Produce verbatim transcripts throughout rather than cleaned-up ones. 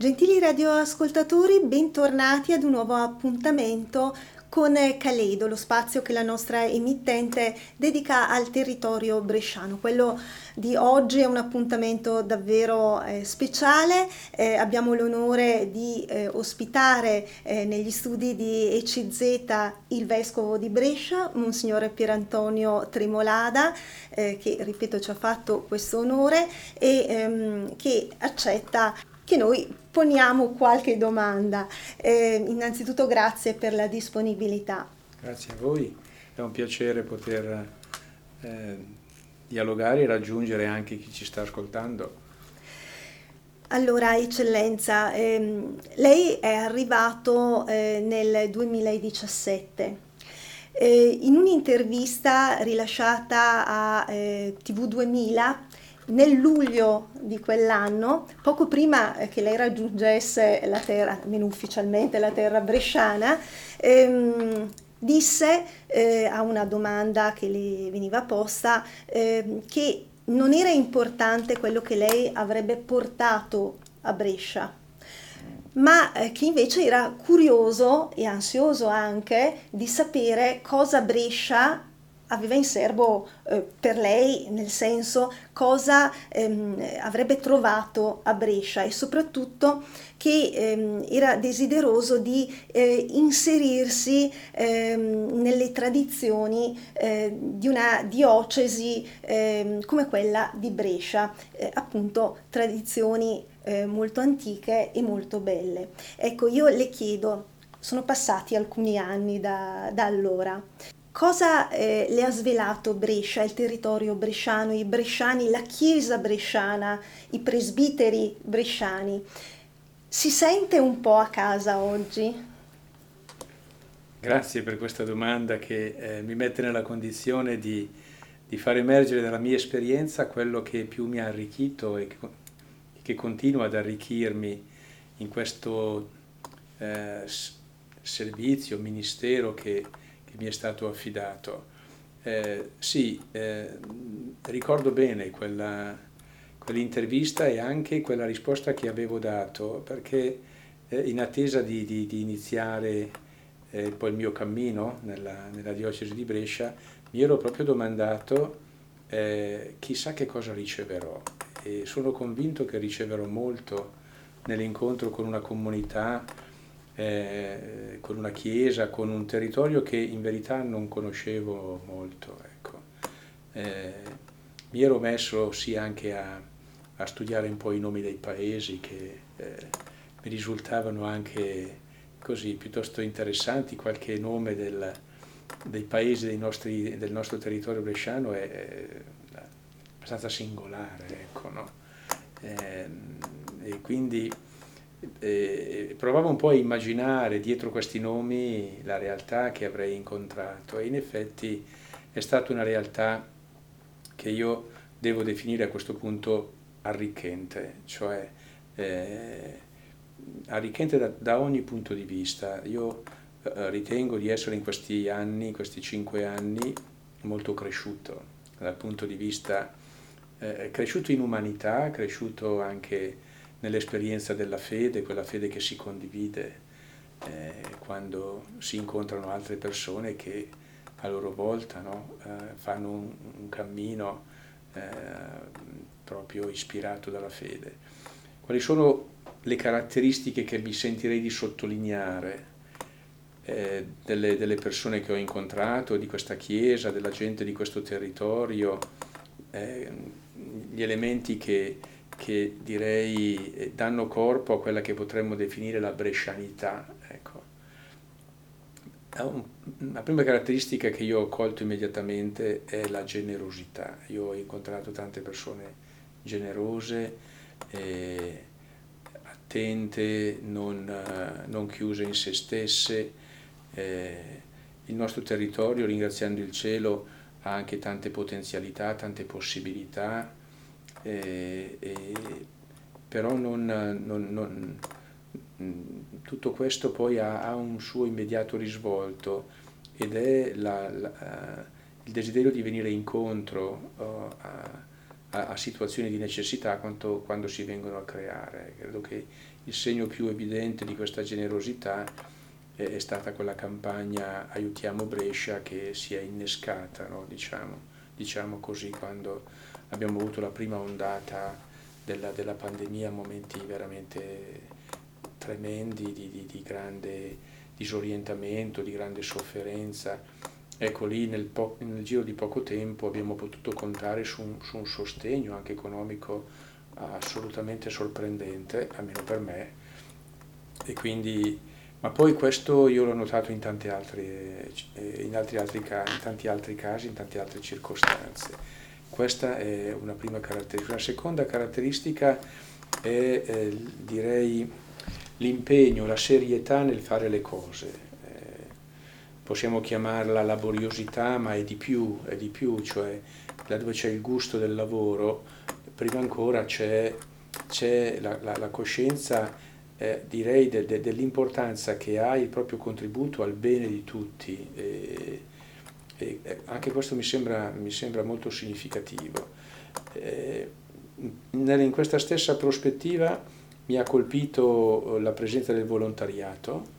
Gentili radioascoltatori, bentornati ad un nuovo appuntamento con Caleido, lo spazio che la nostra emittente dedica al territorio bresciano. Quello di oggi è un appuntamento davvero eh, speciale. Eh, abbiamo l'onore di eh, ospitare eh, negli studi di E C Z il vescovo di Brescia, Monsignore Pierantonio Tremolada, eh, che ripeto ci ha fatto questo onore e ehm, che accetta che noi poniamo qualche domanda. Eh, innanzitutto grazie per la disponibilità. Grazie a voi, è un piacere poter eh, dialogare e raggiungere anche chi ci sta ascoltando. Allora, Eccellenza, ehm, lei è arrivato eh, nel duemiladiciassette. Eh, in un'intervista rilasciata a eh, T V duemila nel luglio di quell'anno, poco prima eh, che lei raggiungesse la terra, almeno ufficialmente la terra bresciana, ehm, disse eh, a una domanda che le veniva posta eh, che non era importante quello che lei avrebbe portato a Brescia, ma eh, che invece era curioso e ansioso anche di sapere cosa Brescia aveva in serbo eh, per lei, nel senso cosa ehm, avrebbe trovato a Brescia e soprattutto che ehm, era desideroso di eh, inserirsi ehm, nelle tradizioni eh, di una diocesi ehm, come quella di Brescia, eh, appunto tradizioni eh, molto antiche e molto belle. Ecco, io le chiedo, sono passati alcuni anni da, da allora. Cosa eh, le ha svelato Brescia, il territorio bresciano, i bresciani, la chiesa bresciana, i presbiteri bresciani? Si sente un po' a casa oggi? Grazie per questa domanda che eh, mi mette nella condizione di, di far emergere dalla mia esperienza quello che più mi ha arricchito e che, che continua ad arricchirmi in questo eh, servizio, ministero che, che mi è stato affidato. Eh, sì, eh, ricordo bene quella, quell'intervista e anche quella risposta che avevo dato, perché eh, in attesa di, di, di iniziare eh, poi il mio cammino nella, nella diocesi di Brescia, mi ero proprio domandato eh, chissà che cosa riceverò, e sono convinto che riceverò molto nell'incontro con una comunità, eh, con una chiesa, con un territorio che in verità non conoscevo molto. Ecco. Eh, mi ero messo sì anche a, a studiare un po' i nomi dei paesi che eh, mi risultavano anche così piuttosto interessanti. Qualche nome del, dei paesi dei nostri, del nostro territorio bresciano è, è abbastanza singolare, ecco, no? Eh, e quindi eh, provavo un po' a immaginare dietro questi nomi la realtà che avrei incontrato, e in effetti è stata una realtà che io devo definire a questo punto arricchente, cioè eh, arricchente da, da ogni punto di vista. Io eh, ritengo di essere in questi anni, questi cinque anni, molto cresciuto dal punto di vista, eh, cresciuto in umanità, cresciuto anche nell'esperienza della fede, quella fede che si condivide eh, quando si incontrano altre persone che a loro volta, no, eh, fanno un, un cammino eh, proprio ispirato dalla fede. Quali sono le caratteristiche che mi sentirei di sottolineare eh, delle, delle persone che ho incontrato, di questa chiesa, della gente di questo territorio, eh, gli elementi che, che direi danno corpo a quella che potremmo definire la brescianità. Ecco. La prima caratteristica che io ho colto immediatamente è la generosità. Io ho incontrato tante persone generose, eh, attente, non, non chiuse in se stesse. Eh, il nostro territorio, ringraziando il cielo, ha anche tante potenzialità, tante possibilità, eh, eh, però non, non, non, tutto questo poi ha, ha un suo immediato risvolto, ed è la, la, il desiderio di venire incontro uh, a, a, a situazioni di necessità quanto quando si vengono a creare. Credo che il segno più evidente di questa generosità è, è stata quella campagna Aiutiamo Brescia che si è innescata, no? diciamo, diciamo così, quando abbiamo avuto la prima ondata della, della pandemia, momenti veramente tremendi di, di, di grande disorientamento, di grande sofferenza. Ecco, lì nel, po- nel giro di poco tempo abbiamo potuto contare su un, su un sostegno anche economico assolutamente sorprendente, almeno per me, e quindi, ma poi questo io l'ho notato in tanti altri, eh, in altri, altri, ca- in tanti altri casi, in tante altre circostanze. Questa è una prima caratteristica. La seconda caratteristica è, eh, direi, l'impegno, la serietà nel fare le cose. Eh, possiamo chiamarla laboriosità, ma è di più, è di più, cioè là dove c'è il gusto del lavoro, prima ancora c'è, c'è la, la, la coscienza, eh, direi, de, de, dell'importanza che ha il proprio contributo al bene di tutti. E, e anche questo mi sembra, mi sembra molto significativo. Eh, in questa stessa prospettiva mi ha colpito la presenza del volontariato,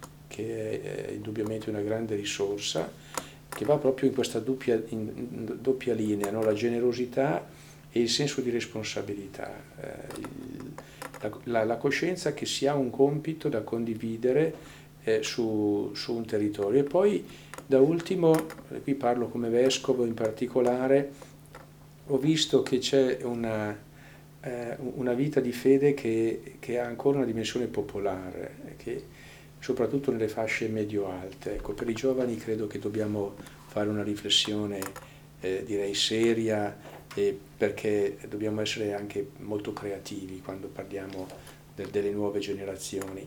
che è indubbiamente una grande risorsa, che va proprio in questa doppia, in doppia linea, no? La generosità e il senso di responsabilità, eh, il, la, la, la coscienza che si ha un compito da condividere eh, su, su un territorio. E poi, da ultimo, qui parlo come vescovo in particolare, ho visto che c'è una, eh, una vita di fede che, che ha ancora una dimensione popolare, che, soprattutto nelle fasce medio-alte. Ecco, per i giovani credo che dobbiamo fare una riflessione, eh, direi, seria, eh, perché dobbiamo essere anche molto creativi quando parliamo de- delle nuove generazioni.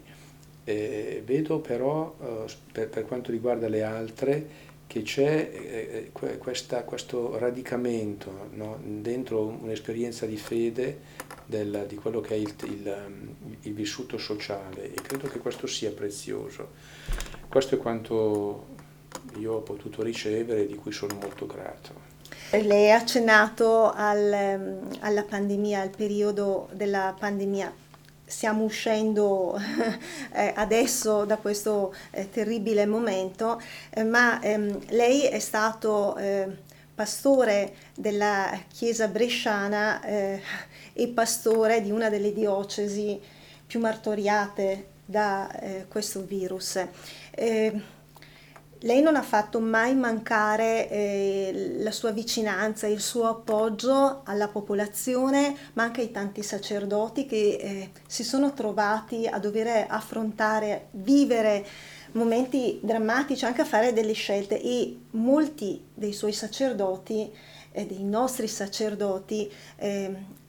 Eh, vedo però, eh, per, per quanto riguarda le altre, che c'è eh, questa, questo radicamento, no? Dentro un'esperienza di fede del, di quello che è il, il, il vissuto sociale, e credo che questo sia prezioso. Questo è quanto io ho potuto ricevere e di cui sono molto grato. Lei ha accennato al, alla pandemia, al periodo della pandemia. Stiamo uscendo eh, adesso da questo eh, terribile momento, eh, ma ehm, lei è stato eh, pastore della Chiesa bresciana eh, e pastore di una delle diocesi più martoriate da eh, questo virus. Eh, lei non ha fatto mai mancare eh, la sua vicinanza, il suo appoggio alla popolazione, ma anche ai tanti sacerdoti che eh, si sono trovati a dover affrontare, vivere momenti drammatici, anche a fare delle scelte, e molti dei suoi sacerdoti, eh, dei nostri sacerdoti, eh,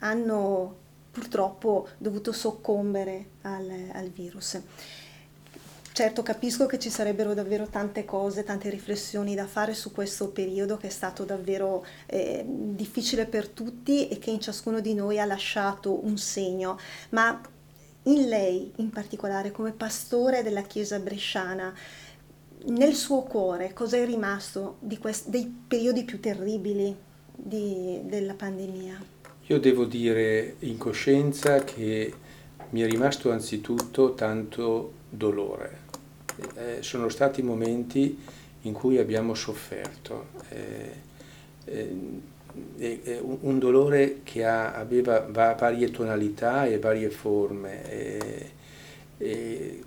hanno purtroppo dovuto soccombere al, al virus. Certo, capisco che ci sarebbero davvero tante cose, tante riflessioni da fare su questo periodo che è stato davvero eh, difficile per tutti e che in ciascuno di noi ha lasciato un segno, ma in lei in particolare, come pastore della Chiesa bresciana, nel suo cuore cosa è rimasto di quest- dei periodi più terribili di- della pandemia? Io devo dire in coscienza che mi è rimasto anzitutto tanto dolore. Eh, sono stati momenti in cui abbiamo sofferto, eh, eh, eh, un dolore che ha, aveva va- varie tonalità e varie forme, eh, e,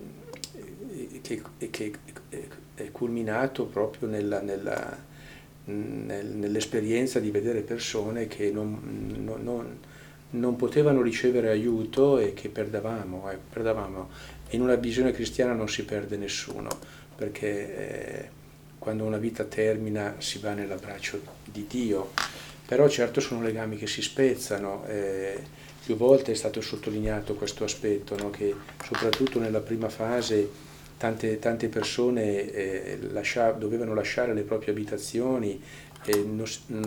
e che, e che è culminato proprio nella, nella, nel- nell'esperienza di vedere persone che non, non- non- non potevano ricevere aiuto e che perdevamo, eh, perdevamo. In una visione cristiana non si perde nessuno, perché eh, quando una vita termina si va nell'abbraccio di Dio, però certo sono legami che si spezzano. Eh, più volte è stato sottolineato questo aspetto, no? Che soprattutto nella prima fase tante, tante persone eh, lascia, dovevano lasciare le proprie abitazioni e, non,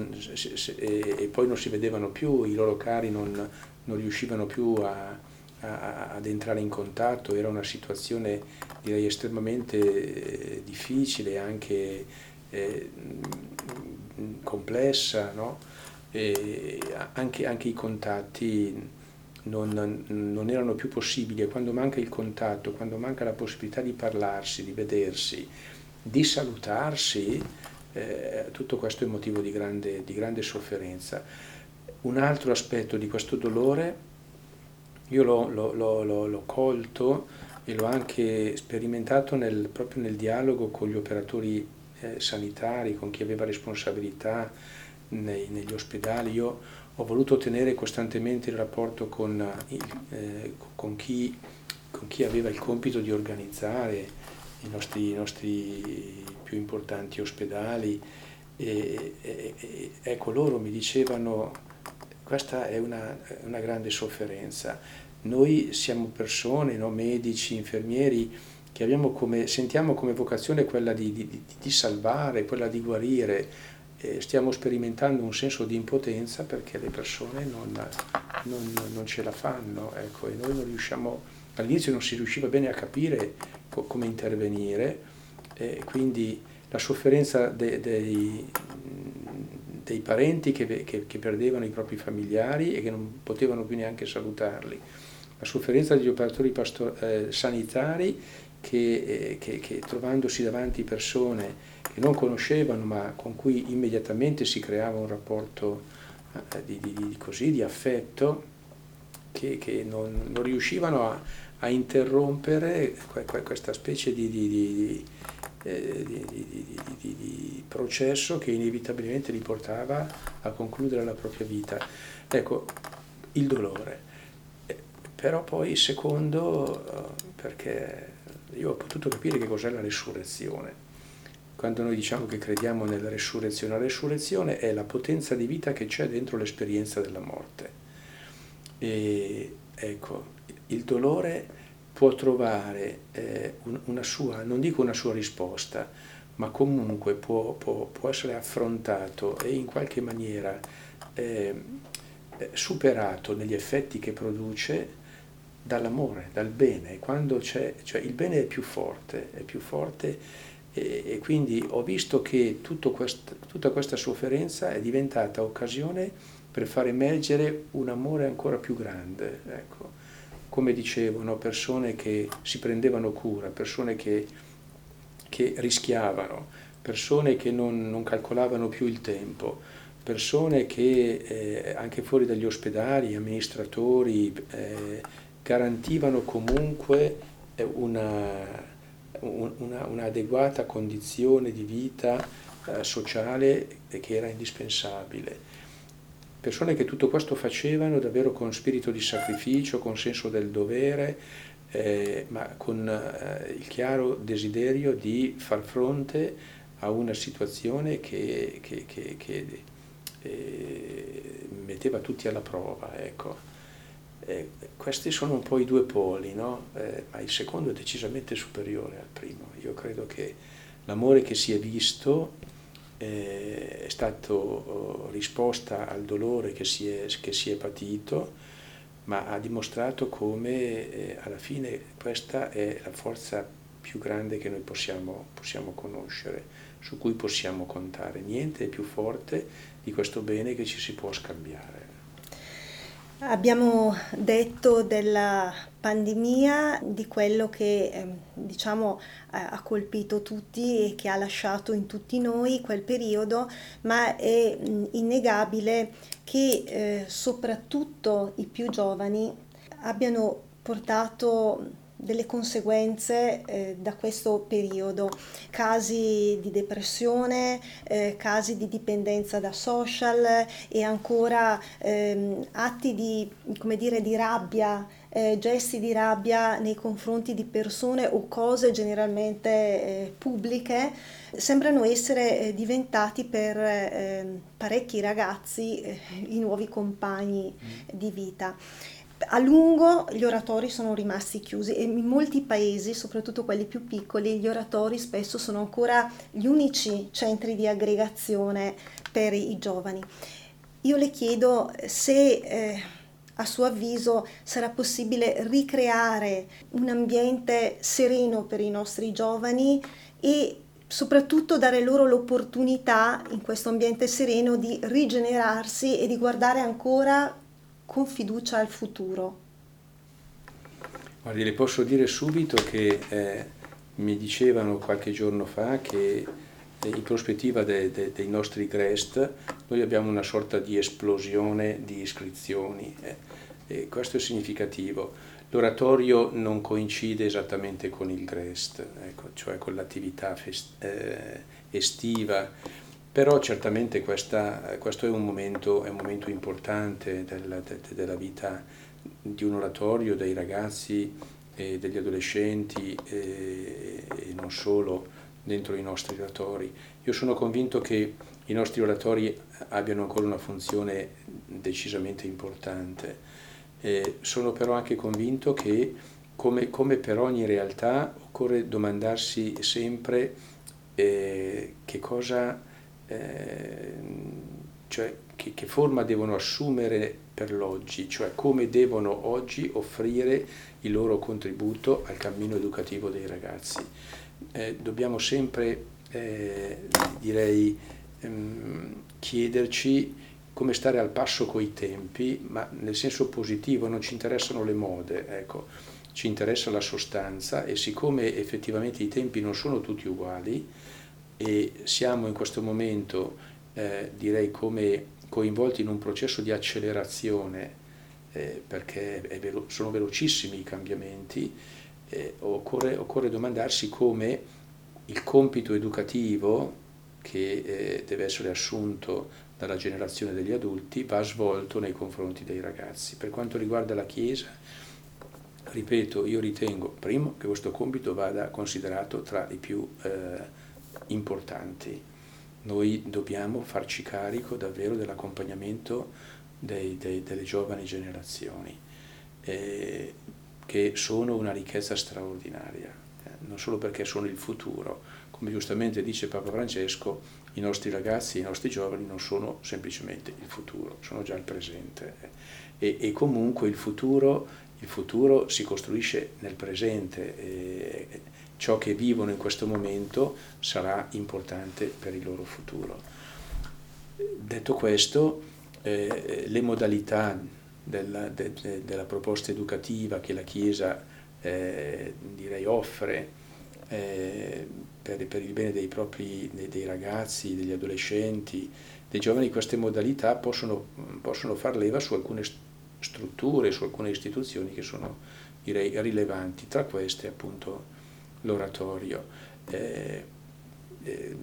e, e poi non si vedevano più, i loro cari non, non riuscivano più a, a, ad entrare in contatto. Era una situazione, direi, estremamente difficile, anche eh, complessa, no? e anche, anche i contatti non, non erano più possibili, e quando manca il contatto, quando manca la possibilità di parlarsi, di vedersi, di salutarsi, eh, tutto questo è motivo di grande, di grande sofferenza. Un altro aspetto di questo dolore, io l'ho, l'ho, l'ho, l'ho, l'ho colto e l'ho anche sperimentato nel, proprio nel dialogo con gli operatori eh, sanitari, con chi aveva responsabilità nei, negli ospedali. Io ho voluto tenere costantemente il rapporto con, eh, con, chi, con chi aveva il compito di organizzare i nostri, i nostri più importanti ospedali, e, e, e ecco, loro mi dicevano: questa è una, una grande sofferenza, noi siamo persone, no, medici, infermieri, che abbiamo come, sentiamo come vocazione quella di, di, di salvare, quella di guarire. Stiamo sperimentando un senso di impotenza perché le persone non, non, non ce la fanno, ecco, e noi non riusciamo, all'inizio non si riusciva bene a capire co- come intervenire, e quindi la sofferenza de, dei, dei parenti che, che, che perdevano i propri familiari e che non potevano più neanche salutarli, la sofferenza degli operatori pastor- eh, sanitari che, eh, che, che trovandosi davanti persone che non conoscevano ma con cui immediatamente si creava un rapporto eh, di, di, di, così, di affetto, che, che non, non riuscivano a, a interrompere questa specie di, di, di, eh, di, di, di, di, di processo che inevitabilmente li portava a concludere la propria vita. Ecco, il dolore. Eh, però poi secondo, perché io ho potuto capire che cos'è la resurrezione. Quando noi diciamo che crediamo nella resurrezione, la resurrezione è la potenza di vita che c'è dentro l'esperienza della morte. E ecco, il dolore può trovare eh, una sua, non dico una sua risposta, ma comunque può, può, può essere affrontato e in qualche maniera eh, superato negli effetti che produce dall'amore, dal bene. Quando c'è, cioè il bene è più forte, è più forte. E quindi ho visto che tutto quest, tutta questa sofferenza è diventata occasione per far emergere un amore ancora più grande. Ecco, come dicevano, persone che si prendevano cura, persone che, che rischiavano, persone che non, non calcolavano più il tempo, persone che eh, anche fuori dagli ospedali, amministratori, eh, garantivano comunque una... Una, un'adeguata condizione di vita eh, sociale che era indispensabile. Persone che tutto questo facevano davvero con spirito di sacrificio, con senso del dovere, eh, ma con eh, il chiaro desiderio di far fronte a una situazione che, che, che, che eh, metteva tutti alla prova, ecco. Eh, questi sono un po' i due poli, no? Eh, ma il secondo è decisamente superiore al primo. Io credo che l'amore che si è visto eh, è stato oh, risposta al dolore che si è, che si è patito, ma ha dimostrato come eh, alla fine questa è la forza più grande che noi possiamo, possiamo conoscere, su cui possiamo contare. Niente è più forte di questo bene che ci si può scambiare. Abbiamo detto della pandemia, di quello che eh, diciamo ha colpito tutti e che ha lasciato in tutti noi quel periodo, ma è mh, innegabile che eh, soprattutto i più giovani abbiano portato delle conseguenze eh, da questo periodo, casi di depressione, eh, casi di dipendenza da social e ancora ehm, atti di, come dire, di rabbia, eh, gesti di rabbia nei confronti di persone o cose generalmente eh, pubbliche, sembrano essere eh, diventati per eh, parecchi ragazzi eh, i nuovi compagni di vita. A lungo gli oratori sono rimasti chiusi e in molti paesi, soprattutto quelli più piccoli, gli oratori spesso sono ancora gli unici centri di aggregazione per i giovani. Io le chiedo se eh, a suo avviso sarà possibile ricreare un ambiente sereno per i nostri giovani e soprattutto dare loro l'opportunità in questo ambiente sereno di rigenerarsi e di guardare ancora con fiducia al futuro. Guardi, le posso dire subito che eh, mi dicevano qualche giorno fa che eh, in prospettiva de, de, dei nostri GREST noi abbiamo una sorta di esplosione di iscrizioni, eh, e questo è significativo. L'oratorio non coincide esattamente con il GREST, ecco, cioè con l'attività eh, estiva, però certamente questa, questo è un momento, è un momento importante della, de, della vita di un oratorio, dei ragazzi e degli adolescenti e, e non solo dentro i nostri oratori. Io sono convinto che i nostri oratori abbiano ancora una funzione decisamente importante. Eh, sono però anche convinto che, come, come per ogni realtà, occorre domandarsi sempre eh, che cosa, eh, cioè che, che forma devono assumere per l'oggi, cioè come devono oggi offrire il loro contributo al cammino educativo dei ragazzi. Eh, dobbiamo sempre, eh, direi, ehm, chiederci come stare al passo coi tempi, ma nel senso positivo. Non ci interessano le mode, ecco, ci interessa la sostanza, e siccome effettivamente i tempi non sono tutti uguali e siamo in questo momento, eh, direi, come coinvolti in un processo di accelerazione, eh, perché è velo- sono velocissimi i cambiamenti, eh, occorre, occorre domandarsi come il compito educativo che eh, deve essere assunto dalla generazione degli adulti va svolto nei confronti dei ragazzi. Per quanto riguarda la Chiesa, ripeto, io ritengo, primo, che questo compito vada considerato tra i più eh, importanti. Noi dobbiamo farci carico davvero dell'accompagnamento dei, dei, delle giovani generazioni, eh, che sono una ricchezza straordinaria, eh, non solo perché sono il futuro. Come giustamente dice Papa Francesco, i nostri ragazzi, i nostri giovani non sono semplicemente il futuro, sono già il presente. E, e comunque il futuro, il futuro si costruisce nel presente. E ciò che vivono in questo momento sarà importante per il loro futuro. Detto questo, eh, le modalità della, de, de, della proposta educativa che la Chiesa eh, direi offre eh, per, per il bene dei propri dei, dei ragazzi, degli adolescenti, dei giovani, queste modalità possono, possono far leva su alcune strutture, su alcune istituzioni che sono, direi, rilevanti. Tra queste appunto l'oratorio. Eh, eh,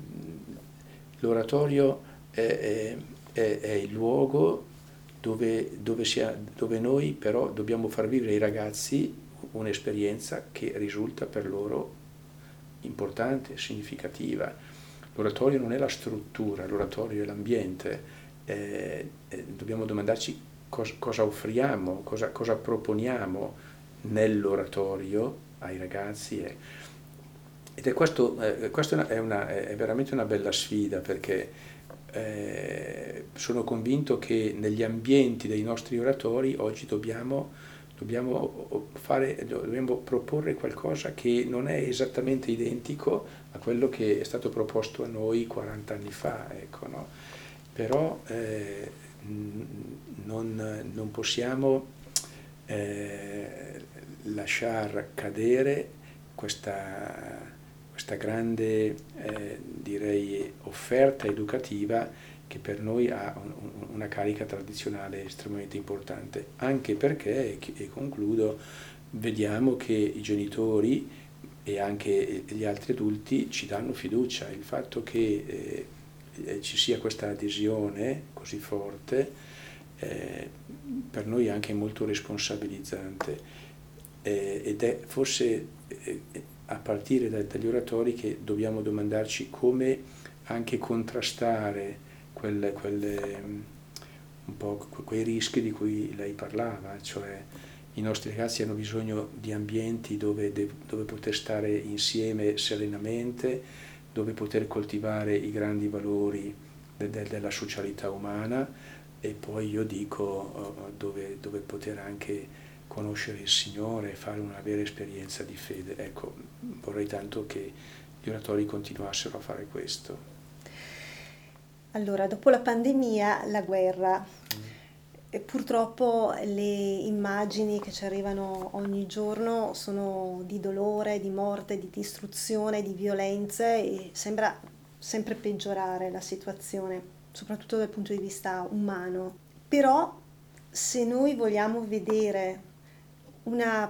l'oratorio è, è, è, è il luogo dove, dove, sia, dove noi però dobbiamo far vivere ai ragazzi un'esperienza che risulta per loro importante, significativa. L'oratorio non è la struttura, l'oratorio è l'ambiente. Eh, eh, dobbiamo domandarci cosa, cosa offriamo, cosa, cosa proponiamo nell'oratorio ai ragazzi. Eh. Ed è questo, eh, questa è, una, è veramente una bella sfida, perché eh, sono convinto che negli ambienti dei nostri oratori oggi dobbiamo Dobbiamo, fare, dobbiamo proporre qualcosa che non è esattamente identico a quello che è stato proposto a noi quaranta anni fa, ecco, no? Però eh, non, non possiamo eh, lasciar cadere questa, questa grande eh, direi offerta educativa che per noi ha un, una carica tradizionale estremamente importante, anche perché, e concludo, vediamo che i genitori e anche gli altri adulti ci danno fiducia. Il fatto che eh, ci sia questa adesione così forte eh, per noi è anche molto responsabilizzante, eh, ed è forse eh, a partire da, dagli oratori che dobbiamo domandarci come anche contrastare Quelle, quelle, un po' quei rischi di cui lei parlava, cioè i nostri ragazzi hanno bisogno di ambienti dove, dove poter stare insieme serenamente, dove poter coltivare i grandi valori de, de, della socialità umana, e poi io dico dove, dove poter anche conoscere il Signore e fare una vera esperienza di fede. Ecco, vorrei tanto che gli oratori continuassero a fare questo. Allora, dopo la pandemia, la guerra. Mm. E purtroppo le immagini che ci arrivano ogni giorno sono di dolore, di morte, di distruzione, di violenze e sembra sempre peggiorare la situazione, soprattutto dal punto di vista umano. Però se noi vogliamo vedere una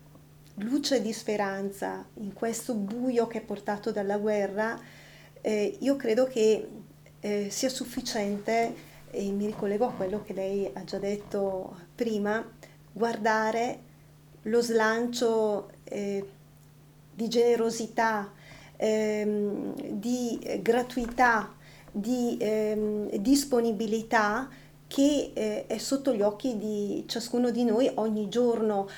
luce di speranza in questo buio che è portato dalla guerra, eh, io credo che eh, sia sufficiente, e mi ricollego a quello che lei ha già detto prima, guardare lo slancio eh, di generosità, ehm, di gratuità, di ehm, disponibilità che eh, è sotto gli occhi di ciascuno di noi ogni giorno,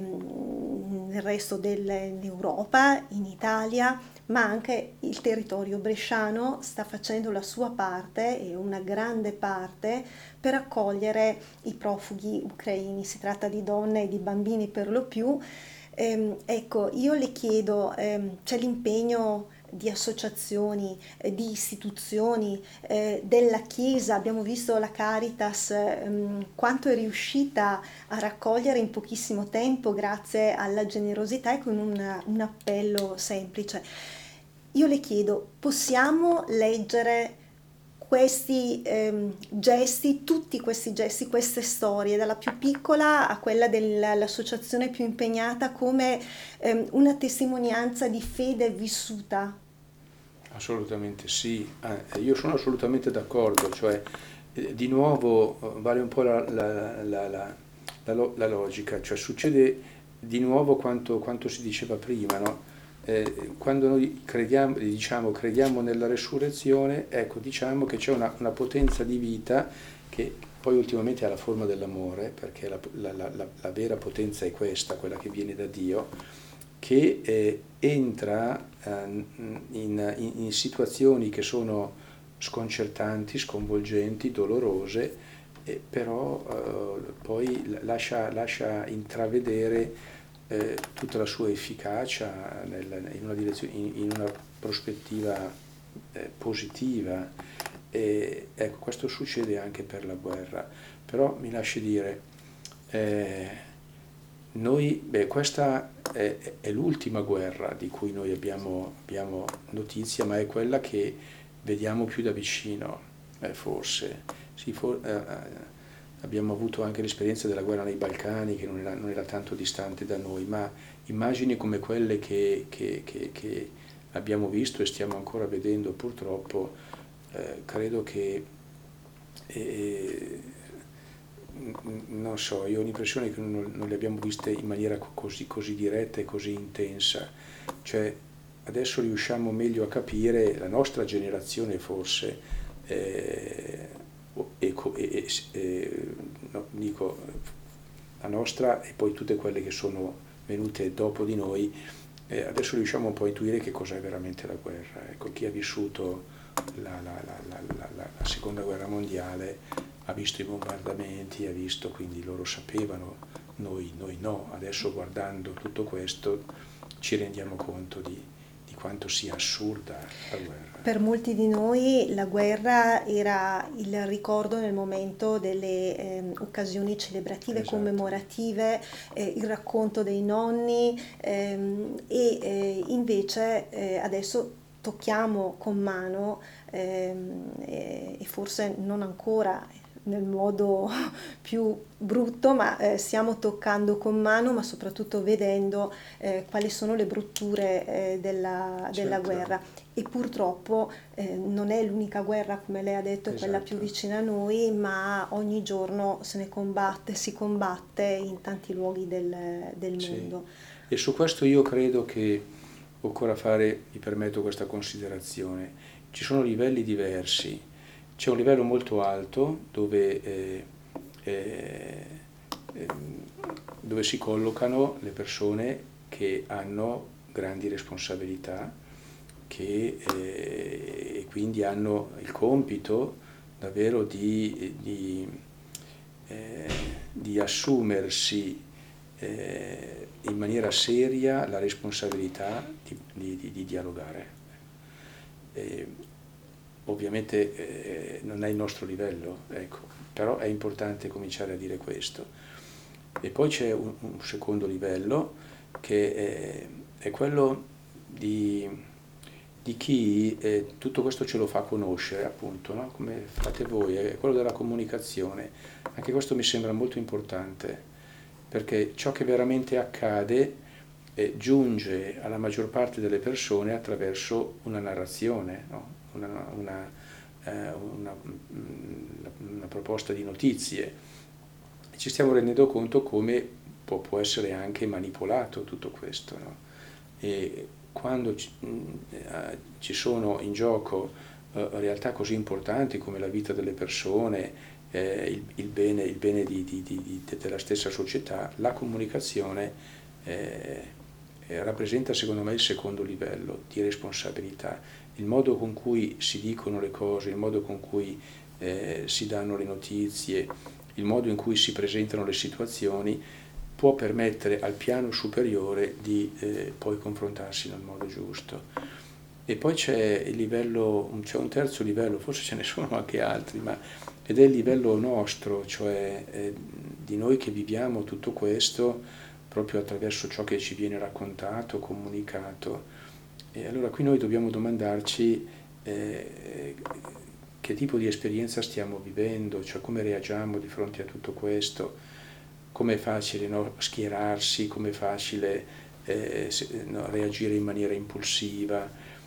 ehm, nel resto dell'Europa, in Italia, ma anche il territorio bresciano sta facendo la sua parte e una grande parte per accogliere i profughi ucraini. Si tratta di donne e di bambini per lo più. Ehm, ecco, io le chiedo, ehm, c'è l'impegno di associazioni, eh, di istituzioni, eh, della Chiesa, abbiamo visto la Caritas, ehm, quanto è riuscita a raccogliere in pochissimo tempo grazie alla generosità e con un, un appello semplice. Io le chiedo, possiamo leggere questi ehm, gesti, tutti questi gesti, queste storie, dalla più piccola a quella dell'associazione più impegnata, come ehm, una testimonianza di fede vissuta? Assolutamente sì, eh, io sono assolutamente d'accordo, cioè eh, di nuovo eh, vale un po' la, la- la- la- la lo- la logica, cioè succede di nuovo quanto, quanto si diceva prima, no? Eh, quando noi crediamo, diciamo, crediamo nella resurrezione, ecco, diciamo che c'è una, una potenza di vita che poi ultimamente ha la forma dell'amore, perché la, la- la- la- la vera potenza è questa, quella che viene da Dio, che eh, entra eh, in, in- in situazioni che sono sconcertanti, sconvolgenti, dolorose, eh, però eh, poi lascia, lascia intravedere eh, tutta la sua efficacia nel- in una direzione, in, in una prospettiva eh, positiva. E ecco, questo succede anche per la guerra, però mi lasci dire, eh, noi, beh, questa è, è l'ultima guerra di cui noi abbiamo, abbiamo notizia, ma è quella che vediamo più da vicino, eh, forse. Sì, for- eh, eh, abbiamo avuto anche l'esperienza della guerra nei Balcani, che non era, non era tanto distante da noi, ma immagini come quelle che, che- che- che abbiamo visto e stiamo ancora vedendo purtroppo, eh, credo che eh, non so, io ho l'impressione che non, non le abbiamo viste in maniera così, così diretta e così intensa. Cioè, adesso riusciamo meglio a capire, la nostra generazione forse, eh, e, e- e- no, dico, la nostra e poi tutte quelle che sono venute dopo di noi, eh, adesso riusciamo un po' a intuire che cos'è veramente la guerra. Ecco, chi ha vissuto la, la- la- la- la- la- la seconda guerra mondiale ha visto i bombardamenti, ha visto, quindi loro sapevano, noi, noi no. Adesso guardando tutto questo ci rendiamo conto di, di quanto sia assurda la guerra. Per molti di noi la guerra era il ricordo nel momento delle ehm, occasioni celebrative, Esatto, commemorative, eh, il racconto dei nonni, ehm, e eh, invece eh, adesso tocchiamo con mano, ehm, e, e forse non ancora nel modo più brutto, ma eh, stiamo toccando con mano, ma soprattutto vedendo eh, quali sono le brutture eh, della, della certo, guerra. E purtroppo eh, non è l'unica guerra, come lei ha detto, è quella più esatto, vicina a noi, ma ogni giorno se ne combatte, si combatte in tanti luoghi del, del sì. mondo. E su questo io credo che occorra fare, mi permetto questa considerazione, ci sono livelli diversi. C'è un livello molto alto dove, eh, eh, ehm, dove si collocano le persone che hanno grandi responsabilità, che eh, e quindi hanno il compito davvero di, di, eh, di assumersi eh, in maniera seria la responsabilità di, di- di- di dialogare. E, ovviamente eh, non è il nostro livello, ecco, però è importante cominciare a dire questo. E poi c'è un, un secondo livello che è, è quello di, di chi eh, tutto questo ce lo fa conoscere, appunto, no? Come fate voi, è quello della comunicazione. Anche questo mi sembra molto importante, perché ciò che veramente accade eh, giunge alla maggior parte delle persone attraverso una narrazione, no? una, una, eh, una, una proposta di notizie. Ci stiamo rendendo conto come può, può essere anche manipolato tutto questo, no? E quando ci, eh, ci sono in gioco eh, realtà così importanti come la vita delle persone, eh, il, il bene, il bene di, di, di, della stessa società, la comunicazione eh, rappresenta secondo me il secondo livello di responsabilità. Il modo con cui si dicono le cose, il modo con cui eh, si danno le notizie, il modo in cui si presentano le situazioni può permettere al piano superiore di eh, poi confrontarsi nel modo giusto. E poi c'è il livello, c'è un terzo livello, forse ce ne sono anche altri, ma ed è il livello nostro, cioè eh, di noi che viviamo tutto questo proprio attraverso ciò che ci viene raccontato, comunicato. E allora qui noi dobbiamo domandarci eh, che tipo di esperienza stiamo vivendo, cioè come reagiamo di fronte a tutto questo, com'è facile, no, schierarsi, com'è facile eh, se, no, reagire in maniera impulsiva.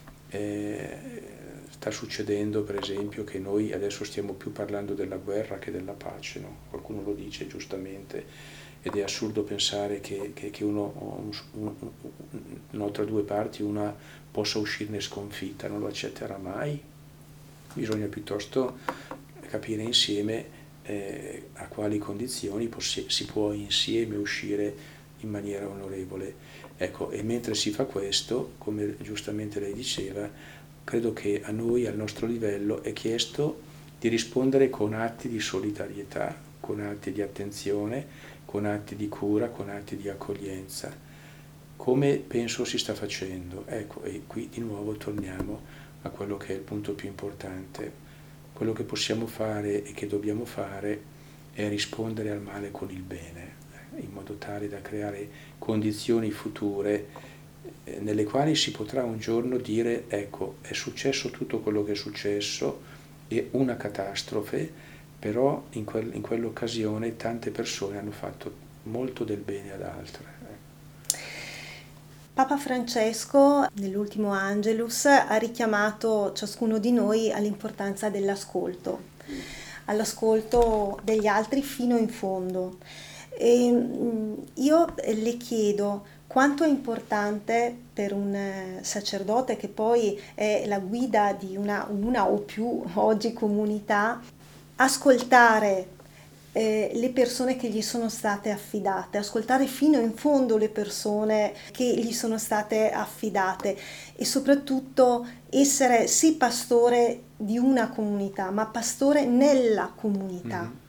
Eh, sta succedendo per esempio che noi adesso stiamo più parlando della guerra che della pace, no? Qualcuno lo dice giustamente. Ed è assurdo pensare che, che, che uno, un, un, un, tra due parti una possa uscirne sconfitta, non lo accetterà mai. Bisogna piuttosto capire insieme eh, a quali condizioni si può insieme uscire in maniera onorevole. Ecco, e mentre si fa questo, come giustamente lei diceva, credo che a noi, al nostro livello, è chiesto di rispondere con atti di solidarietà, con atti di attenzione, con atti di cura, con atti di accoglienza, come penso si sta facendo. Ecco, e qui di nuovo torniamo a quello che è il punto più importante. Quello che possiamo fare e che dobbiamo fare è rispondere al male con il bene, in modo tale da creare condizioni future nelle quali si potrà un giorno dire, ecco, è successo tutto quello che è successo, è una catastrofe, però in, quel, in quell'occasione tante persone hanno fatto molto del bene ad altre. Papa Francesco, nell'ultimo Angelus, ha richiamato ciascuno di noi all'importanza dell'ascolto, all'ascolto degli altri fino in fondo. E io le chiedo quanto è importante per un sacerdote, che poi è la guida di una, una o più oggi comunità, ascoltare eh, le persone che gli sono state affidate, ascoltare fino in fondo le persone che gli sono state affidate e soprattutto essere sì pastore di una comunità, ma pastore nella comunità. Mm-hmm.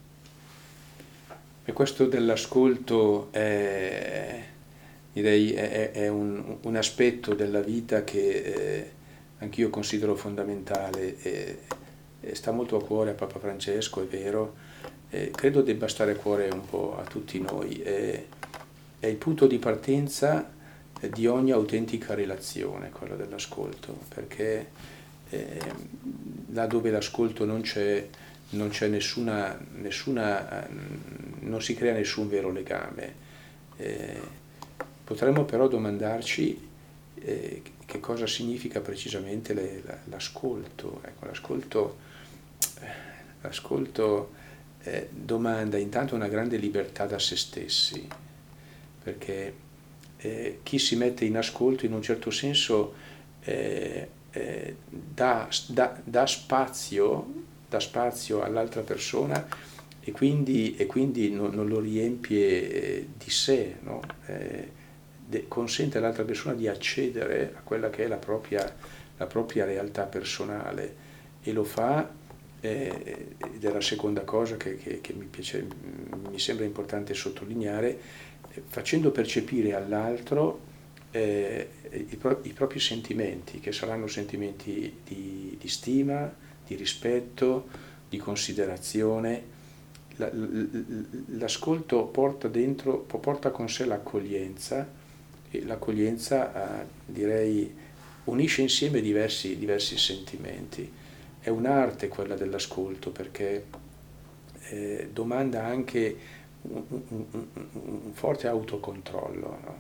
E questo dell'ascolto è, direi, è, è un, un aspetto della vita che eh, anch'io considero fondamentale. E, e sta molto a cuore a Papa Francesco, è vero, e credo debba stare a cuore un po' a tutti noi. È, è il punto di partenza di ogni autentica relazione, quello dell'ascolto, perché eh, là dove l'ascolto non c'è, non c'è nessuna, nessuna, non si crea nessun vero legame. Eh, potremmo però domandarci eh, che cosa significa precisamente le, la, l'ascolto. Ecco, l'ascolto, l'ascolto eh, domanda intanto una grande libertà da se stessi, perché eh, chi si mette in ascolto in un certo senso eh, eh, dà, dà, dà spazio dà spazio all'altra persona e quindi, e quindi non, non lo riempie eh, di sé, no? eh, de, consente all'altra persona di accedere a quella che è la propria, la propria realtà personale e lo fa, eh, ed è la seconda cosa che, che, che mi, piace, mi sembra importante sottolineare, eh, facendo percepire all'altro eh, i, pro- i propri sentimenti, che saranno sentimenti di, di stima, di rispetto, di considerazione. La- l- l'ascolto porta dentro, porta con sé l'accoglienza, e l'accoglienza, eh, direi, unisce insieme diversi, diversi sentimenti. È un'arte quella dell'ascolto, perché eh, domanda anche un, un- un- un forte autocontrollo, no?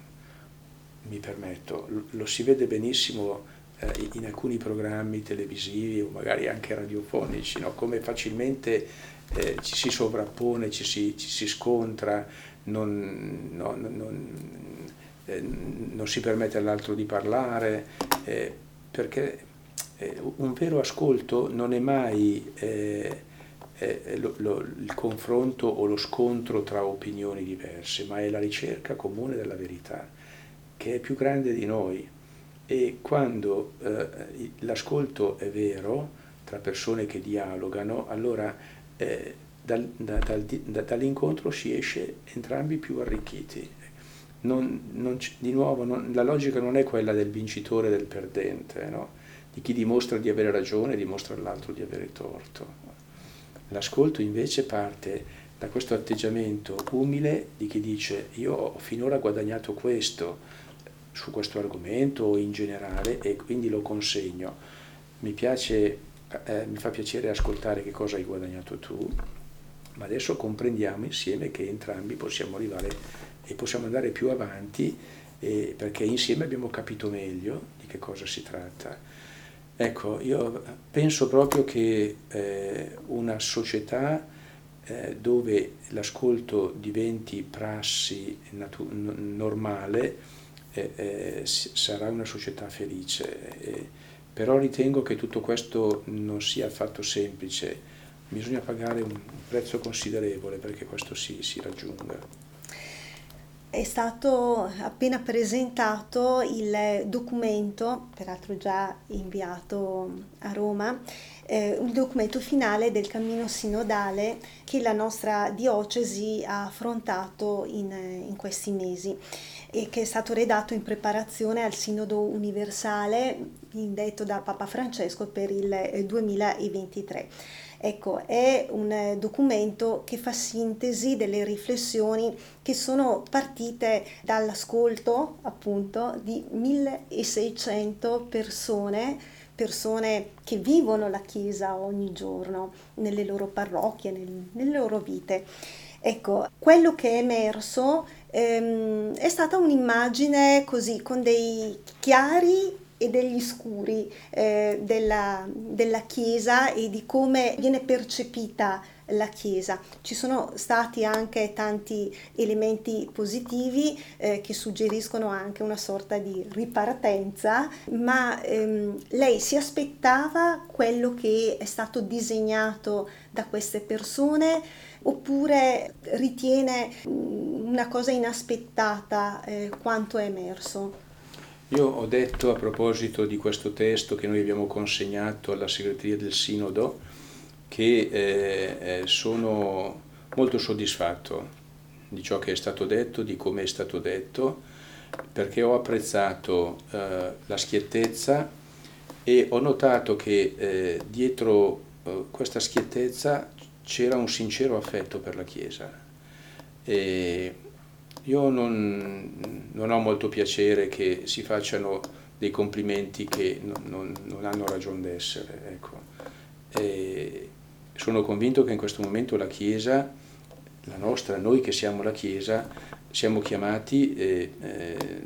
Mi permetto, lo, lo si vede benissimo eh, in alcuni programmi televisivi o magari anche radiofonici, no? Come facilmente eh, ci si sovrappone, ci si, ci si scontra, non, no, non, eh, non si permette all'altro di parlare, eh, perché eh, un vero ascolto non è mai eh, eh, lo, lo, il confronto o lo scontro tra opinioni diverse, ma è la ricerca comune della verità, che è più grande di noi. E quando eh, l'ascolto è vero, tra persone che dialogano, allora eh, dal, da, dal, da, dall'incontro si esce entrambi più arricchiti. Non, non, di nuovo, non, la logica non è quella del vincitore e del perdente, no? Di chi dimostra di avere ragione e dimostra all'altro di avere torto. L'ascolto invece parte da questo atteggiamento umile di chi dice: io ho finora guadagnato questo su questo argomento o in generale, e quindi lo consegno. Mi piace, eh, mi fa piacere ascoltare che cosa hai guadagnato tu, ma adesso comprendiamo insieme che entrambi possiamo arrivare e possiamo andare più avanti, eh, perché insieme abbiamo capito meglio di che cosa si tratta. Ecco, io penso proprio che eh, una società eh, dove l'ascolto diventi prassi natu- n- normale, eh, eh, sarà una società felice. Eh, però ritengo che tutto questo non sia affatto semplice, bisogna pagare un prezzo considerevole perché questo si, si raggiunga. È stato appena presentato il documento, peraltro già inviato a Roma, eh, il documento finale del cammino sinodale che la nostra diocesi ha affrontato in, in questi mesi e che è stato redatto in preparazione al Sinodo universale indetto da Papa Francesco per il duemilaventitré. Ecco, è un documento che fa sintesi delle riflessioni che sono partite dall'ascolto appunto di milleseicento persone, persone che vivono la Chiesa ogni giorno nelle loro parrocchie, nel- nelle loro vite. Ecco, quello che è emerso ehm, è stata un'immagine così con dei chiari e degli scuri eh, della, della Chiesa e di come viene percepita la Chiesa. Ci sono stati anche tanti elementi positivi eh, che suggeriscono anche una sorta di ripartenza, ma ehm, lei si aspettava quello che è stato disegnato da queste persone oppure ritiene mm, una cosa inaspettata eh, quanto è emerso? Io ho detto a proposito di questo testo che noi abbiamo consegnato alla segreteria del Sinodo che eh, eh, sono molto soddisfatto di ciò che è stato detto, di come è stato detto, perché ho apprezzato eh, la schiettezza e ho notato che eh, dietro eh, questa schiettezza c'era un sincero affetto per la Chiesa. E io non, non ho molto piacere che si facciano dei complimenti che non, non, non hanno ragione d'essere, ecco. E sono convinto che in questo momento la Chiesa, la nostra, noi che siamo la Chiesa, siamo chiamati eh, eh,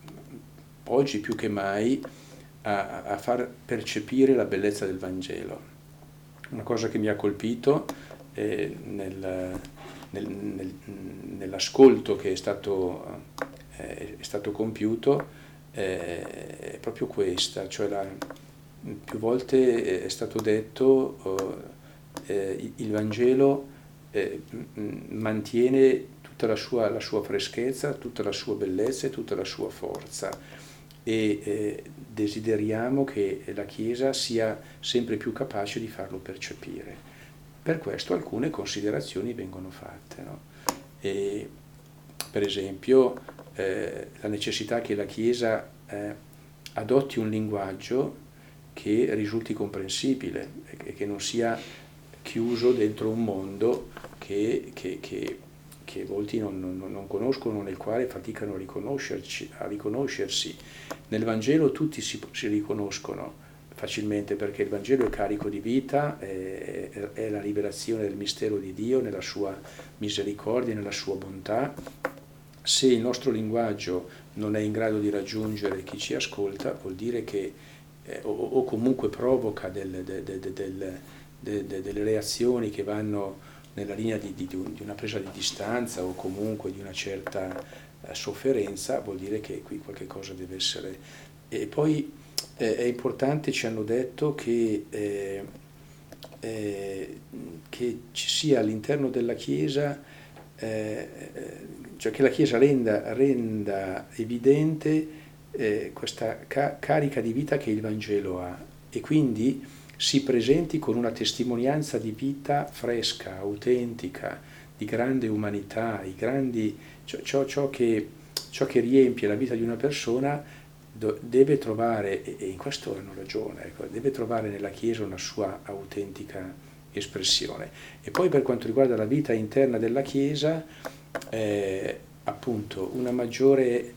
oggi più che mai a, a far percepire la bellezza del Vangelo. Una cosa che mi ha colpito eh, nel, nel, nel, nell'ascolto che è stato, eh, è stato compiuto eh, è proprio questa, cioè la, più volte è stato detto eh, il Vangelo eh, mantiene tutta la sua, la sua freschezza, tutta la sua bellezza e tutta la sua forza e eh, desideriamo che la Chiesa sia sempre più capace di farlo percepire. Per questo alcune considerazioni vengono fatte, no? E, per esempio, eh, la necessità che la Chiesa eh, adotti un linguaggio che risulti comprensibile e che non sia chiuso dentro un mondo che, che, che, che molti non, non, non conoscono, nel quale faticano a, riconoscerci, a riconoscersi. Nel Vangelo tutti si, si riconoscono facilmente, perché il Vangelo è carico di vita, è, è la liberazione del mistero di Dio nella sua misericordia, nella sua bontà. Se il nostro linguaggio non è in grado di raggiungere chi ci ascolta, vuol dire che eh, o, o comunque provoca del, del, del, del, del, delle reazioni che vanno nella linea di, di, di una presa di distanza o comunque di una certa eh, sofferenza, vuol dire che qui qualche cosa deve essere. E poi eh, è importante, ci hanno detto, che, eh, eh, che ci sia all'interno della Chiesa, eh, cioè che la Chiesa renda, renda evidente eh, questa ca- carica di vita che il Vangelo ha, e quindi si presenti con una testimonianza di vita fresca, autentica, di grande umanità, i grandi, ciò, ciò, ciò, che, ciò che riempie la vita di una persona do, deve trovare, e in questo hanno ragione, ecco, deve trovare nella Chiesa una sua autentica espressione. E poi per quanto riguarda la vita interna della Chiesa, eh, appunto una maggiore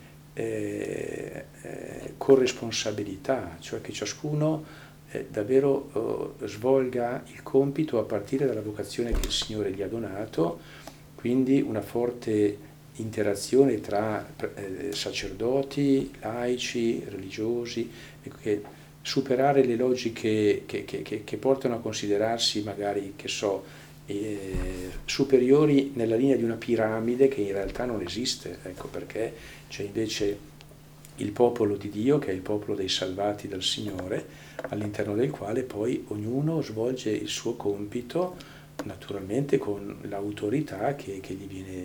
eh, eh, corresponsabilità, cioè che ciascuno Eh, davvero eh, svolga il compito a partire dalla vocazione che il Signore gli ha donato, quindi una forte interazione tra eh, sacerdoti, laici, religiosi, ecco, che superare le logiche che, che, che, che portano a considerarsi magari, che so, eh, superiori nella linea di una piramide che in realtà non esiste, ecco, perché c'è invece il popolo di Dio, che è il popolo dei salvati dal Signore, all'interno del quale poi ognuno svolge il suo compito, naturalmente con l'autorità che, che gli, viene,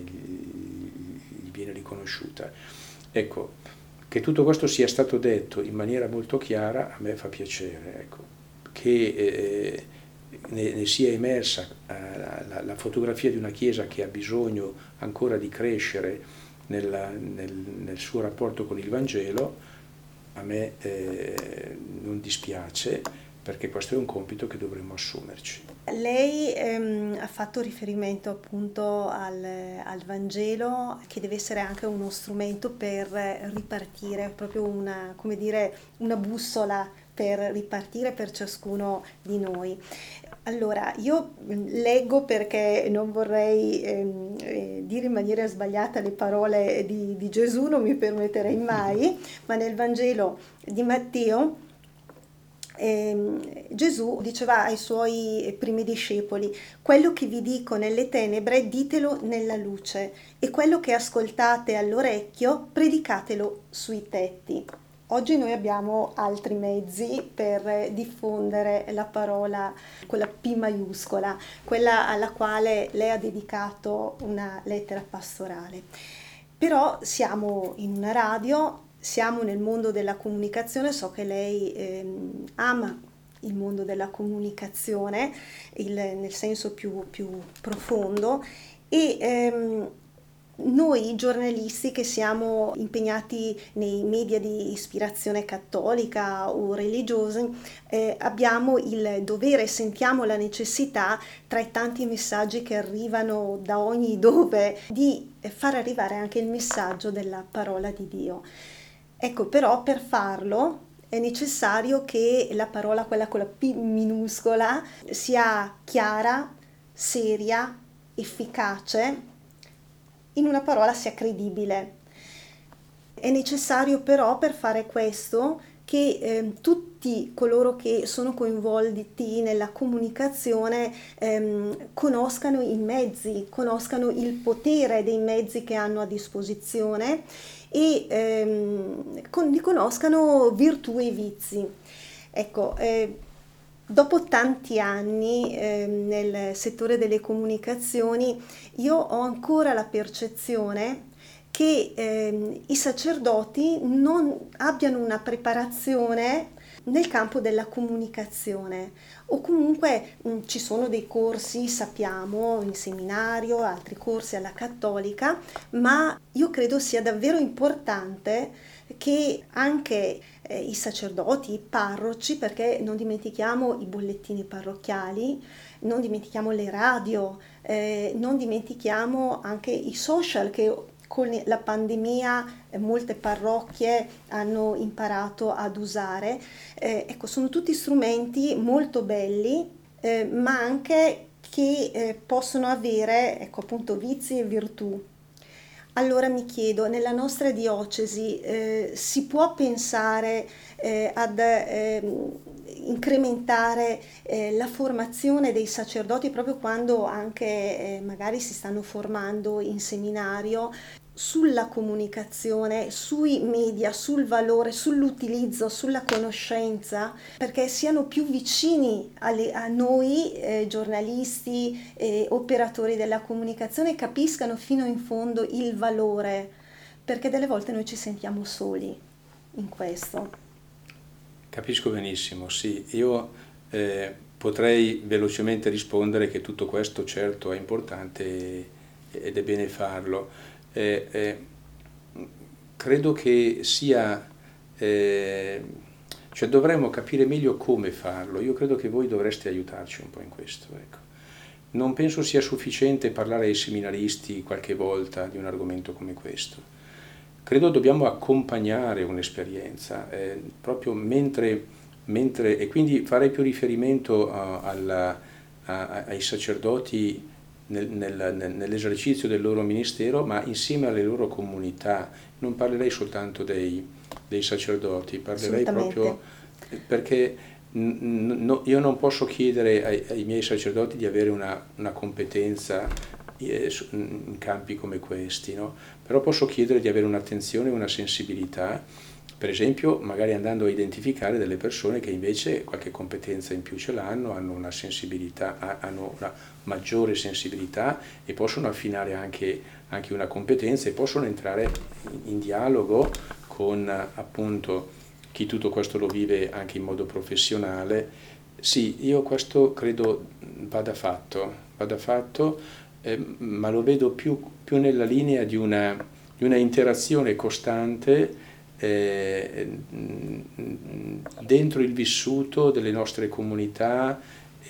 gli viene riconosciuta. Ecco, che tutto questo sia stato detto in maniera molto chiara, a me fa piacere, ecco, che eh, ne, ne sia emersa eh, la, la fotografia di una Chiesa che ha bisogno ancora di crescere Nella, nel, nel suo rapporto con il Vangelo. A me eh, non dispiace, perché questo è un compito che dovremmo assumerci. Lei ehm, ha fatto riferimento appunto al, al Vangelo, che deve essere anche uno strumento per ripartire, proprio una, come dire, una bussola per ripartire per ciascuno di noi. Allora, io leggo, perché non vorrei ehm, eh, dire in maniera sbagliata le parole di, di Gesù, non mi permetterei mai, ma nel Vangelo di Matteo ehm, Gesù diceva ai suoi primi discepoli: quello che vi dico nelle tenebre ditelo nella luce, e quello che ascoltate all'orecchio predicatelo sui tetti. Oggi noi abbiamo altri mezzi per diffondere la parola con la P maiuscola, quella alla quale lei ha dedicato una lettera pastorale. Però siamo in una radio, siamo nel mondo della comunicazione, so che lei ehm, ama il mondo della comunicazione, il, nel senso più, più profondo, e ehm, noi giornalisti che siamo impegnati nei media di ispirazione cattolica o religiosi eh, abbiamo il dovere, sentiamo la necessità, tra i tanti messaggi che arrivano da ogni dove, di far arrivare anche il messaggio della parola di Dio. Ecco, però per farlo è necessario che la parola, quella con la P minuscola, sia chiara, seria, efficace, in una parola sia credibile. È necessario però, per fare questo, che eh, tutti coloro che sono coinvolti nella comunicazione ehm, conoscano i mezzi, conoscano il potere dei mezzi che hanno a disposizione e ehm, con, li conoscano virtù e vizi. Ecco, eh, dopo tanti anni eh, nel settore delle comunicazioni, io ho ancora la percezione che eh, i sacerdoti non abbiano una preparazione nel campo della comunicazione, o comunque mh, ci sono dei corsi, sappiamo, in seminario, altri corsi alla Cattolica, ma io credo sia davvero importante che anche eh, i sacerdoti, i parroci, perché non dimentichiamo i bollettini parrocchiali, non dimentichiamo le radio, eh, non dimentichiamo anche i social che con la pandemia eh, molte parrocchie hanno imparato ad usare. Eh, ecco, sono tutti strumenti molto belli, eh, ma anche che eh, possono avere, ecco, appunto, vizi e virtù. Allora mi chiedo, nella nostra diocesi eh, si può pensare eh, ad ehm, incrementare eh, la formazione dei sacerdoti proprio quando anche eh, magari si stanno formando in seminario sulla comunicazione, sui media, sul valore, sull'utilizzo, sulla conoscenza, perché siano più vicini alle- a noi eh, giornalisti e operatori della comunicazione e capiscano fino in fondo il valore, perché delle volte noi ci sentiamo soli in questo. Capisco benissimo, sì. Io eh, potrei velocemente rispondere che tutto questo certo è importante ed è bene farlo. Eh, eh, credo che sia, eh, cioè dovremmo capire meglio come farlo. Io credo che voi dovreste aiutarci un po' in questo, ecco. Non penso sia sufficiente parlare ai seminaristi qualche volta di un argomento come questo. Credo dobbiamo accompagnare un'esperienza, eh, proprio mentre, mentre, e quindi farei più riferimento a, alla, a, ai sacerdoti nel, nel, nell'esercizio del loro ministero, ma insieme alle loro comunità. Non parlerei soltanto dei, dei sacerdoti, parlerei proprio perché no, io non posso chiedere ai, ai miei sacerdoti di avere una, una competenza in campi come questi, no? Però posso chiedere di avere un'attenzione e una sensibilità, per esempio magari andando a identificare delle persone che invece qualche competenza in più ce l'hanno, hanno una sensibilità, hanno una maggiore sensibilità e possono affinare anche, anche una competenza e possono entrare in, in dialogo con appunto chi tutto questo lo vive anche in modo professionale. Sì, io questo credo vada fatto, vada fatto. Eh, ma lo vedo più, più nella linea di una, di una interazione costante eh, dentro il vissuto delle nostre comunità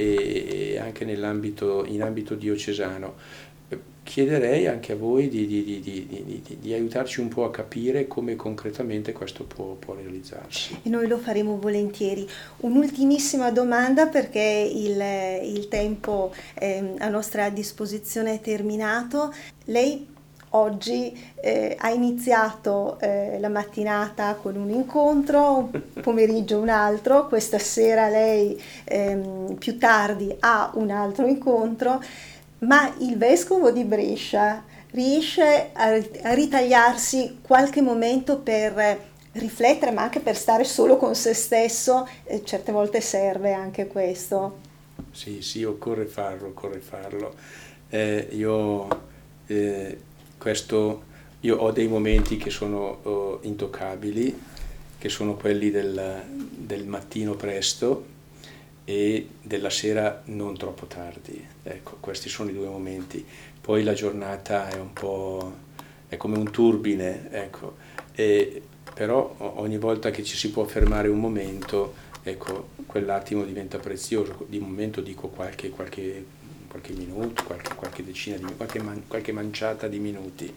e anche nell'ambito, in ambito diocesano. Chiederei anche a voi di, di, di, di, di, di aiutarci un po' a capire come concretamente questo può, può realizzarsi. E noi lo faremo volentieri. Un'ultimissima domanda perché il, il tempo eh, a nostra disposizione è terminato. Lei oggi eh, ha iniziato eh, la mattinata con un incontro, pomeriggio un altro, questa sera lei ehm, più tardi ha un altro incontro, ma il vescovo di Brescia riesce a, a ritagliarsi qualche momento per riflettere, ma anche per stare solo con se stesso, eh, certe volte serve anche questo. Sì, sì, occorre farlo, occorre farlo. Eh, io, eh, questo, io ho dei momenti che sono oh, intoccabili, che sono quelli del, del mattino presto e della sera non troppo tardi. Ecco, questi sono i due momenti. Poi la giornata è un po', è come un turbine, ecco. E, però ogni volta che ci si può fermare un momento, ecco, quell'attimo diventa prezioso. Di momento dico qualche, qualche, qualche minuto, qualche, qualche decina di qualche, man, qualche manciata di minuti.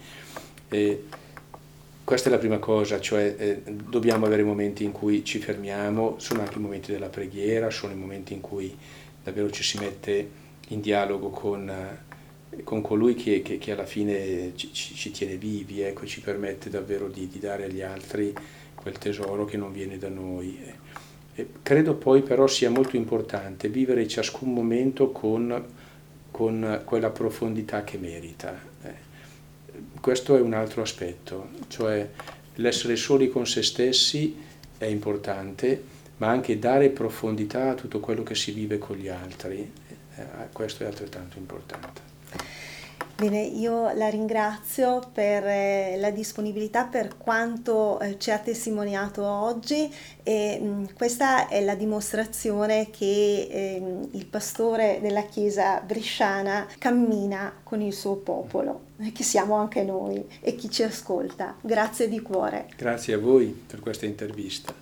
E questa è la prima cosa, cioè eh, dobbiamo avere momenti in cui ci fermiamo, sono anche i momenti della preghiera, sono i momenti in cui davvero ci si mette in dialogo con, con colui che, che, che alla fine ci, ci, ci tiene vivi, ecco, ci permette davvero di, di dare agli altri quel tesoro che non viene da noi. E credo poi però sia molto importante vivere ciascun momento con, con quella profondità che merita. Eh. Questo è un altro aspetto, cioè l'essere soli con se stessi è importante, ma anche dare profondità a tutto quello che si vive con gli altri, eh, questo è altrettanto importante. Bene, io la ringrazio per eh, la disponibilità, per quanto eh, ci ha testimoniato oggi e mh, questa è la dimostrazione che ehm, il pastore della Chiesa bresciana cammina con il suo popolo, eh, che siamo anche noi e chi ci ascolta. Grazie di cuore. Grazie a voi per questa intervista.